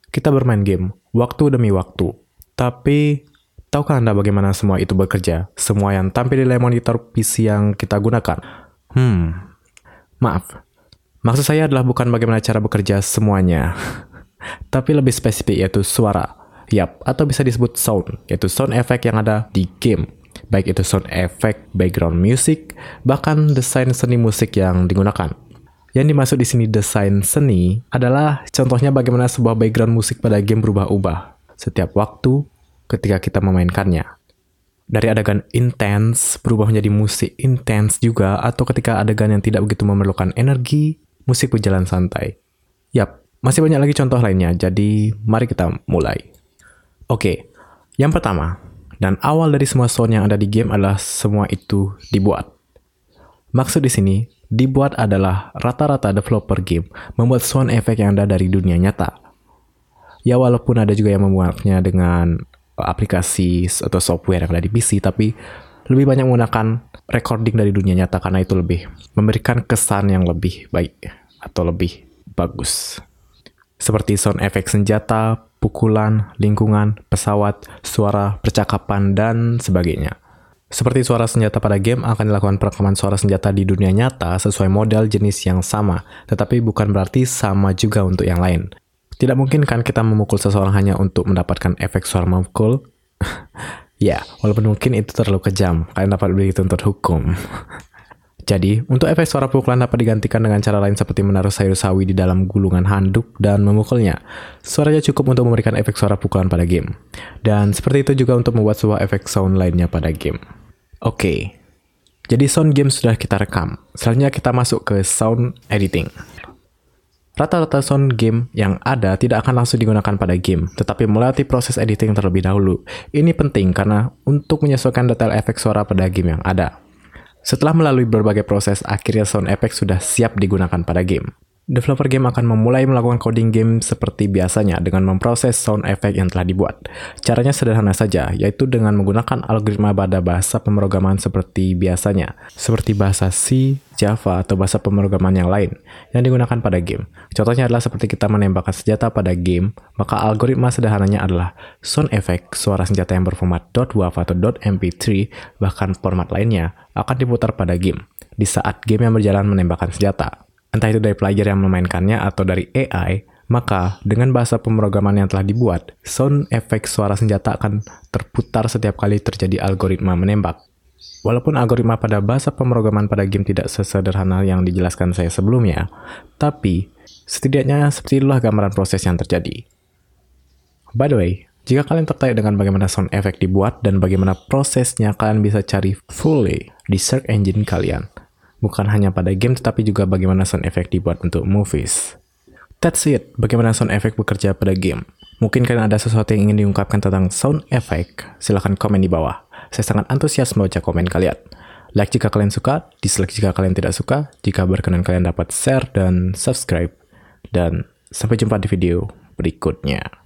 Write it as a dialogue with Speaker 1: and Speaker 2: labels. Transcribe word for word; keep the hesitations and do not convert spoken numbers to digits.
Speaker 1: Kita bermain game, waktu demi waktu. Tapi, tahukah Anda bagaimana semua itu bekerja? Semua yang tampil di layar monitor P C yang kita gunakan. Hmm, maaf. Maksud saya adalah bukan bagaimana cara bekerja semuanya. Tapi lebih spesifik yaitu suara. Yap, atau bisa disebut sound, yaitu sound effect yang ada di game. Baik itu sound effect, background music, bahkan desain seni musik yang digunakan. Yang dimaksud di sini desain seni adalah contohnya bagaimana sebuah background musik pada game berubah-ubah setiap waktu ketika kita memainkannya. Dari adegan intens berubah menjadi musik intens juga, atau ketika adegan yang tidak begitu memerlukan energi, musik berjalan santai. Yap, masih banyak lagi contoh lainnya, jadi mari kita mulai. Oke, yang pertama, dan awal dari semua sound yang ada di game adalah semua itu dibuat. Maksud di sini, dibuat adalah rata-rata developer game membuat sound effect yang ada dari dunia nyata. Ya walaupun ada juga yang membuatnya dengan aplikasi atau software yang ada di P C, tapi lebih banyak menggunakan recording dari dunia nyata karena itu lebih memberikan kesan yang lebih baik atau lebih bagus. Seperti sound effect senjata, pukulan, lingkungan, pesawat, suara, percakapan, dan sebagainya. Seperti suara senjata pada game akan dilakukan perekaman suara senjata di dunia nyata sesuai model jenis yang sama, tetapi bukan berarti sama juga untuk yang lain. Tidak mungkin kan kita memukul seseorang hanya untuk mendapatkan efek suara memukul? Ya, walaupun mungkin itu terlalu kejam, kalian dapat dituntut hukum. Jadi, untuk efek suara pukulan dapat digantikan dengan cara lain seperti menaruh sayur sawi di dalam gulungan handuk dan memukulnya. Suaranya cukup untuk memberikan efek suara pukulan pada game. Dan seperti itu juga untuk membuat sebuah efek sound lainnya pada game. Oke, jadi sound game sudah kita rekam. Selanjutnya kita masuk ke sound editing. Rata-rata sound game yang ada tidak akan langsung digunakan pada game, tetapi melewati proses editing terlebih dahulu. Ini penting karena untuk menyesuaikan detail efek suara pada game yang ada. Setelah melalui berbagai proses, akhirnya sound effect sudah siap digunakan pada game. Developer game akan memulai melakukan coding game seperti biasanya dengan memproses sound effect yang telah dibuat. Caranya sederhana saja, yaitu dengan menggunakan algoritma pada bahasa pemrograman seperti biasanya, seperti bahasa C, Java, atau bahasa pemrograman yang lain yang digunakan pada game. Contohnya adalah seperti kita menembakkan senjata pada game, maka algoritma sederhananya adalah sound effect suara senjata yang berformat .wav atau .m p tiga, bahkan format lainnya, akan diputar pada game di saat game yang berjalan menembakkan senjata. Entah itu dari player yang memainkannya atau dari A I, maka dengan bahasa pemrograman yang telah dibuat, sound effect suara senjata akan terputar setiap kali terjadi algoritma menembak. Walaupun algoritma pada bahasa pemrograman pada game tidak sesederhana yang dijelaskan saya sebelumnya, tapi setidaknya seperti itulah gambaran proses yang terjadi. By the way, jika kalian tertarik dengan bagaimana sound effect dibuat dan bagaimana prosesnya, kalian bisa cari fully di search engine kalian. Bukan hanya pada game, tetapi juga bagaimana sound effect dibuat untuk movies. That's it, bagaimana sound effect bekerja pada game. Mungkin kalian ada sesuatu yang ingin diungkapkan tentang sound effect, silahkan komen di bawah. Saya sangat antusias membaca komen kalian. Like jika kalian suka, dislike jika kalian tidak suka. Jika berkenan kalian dapat share dan subscribe. Dan sampai jumpa di video berikutnya.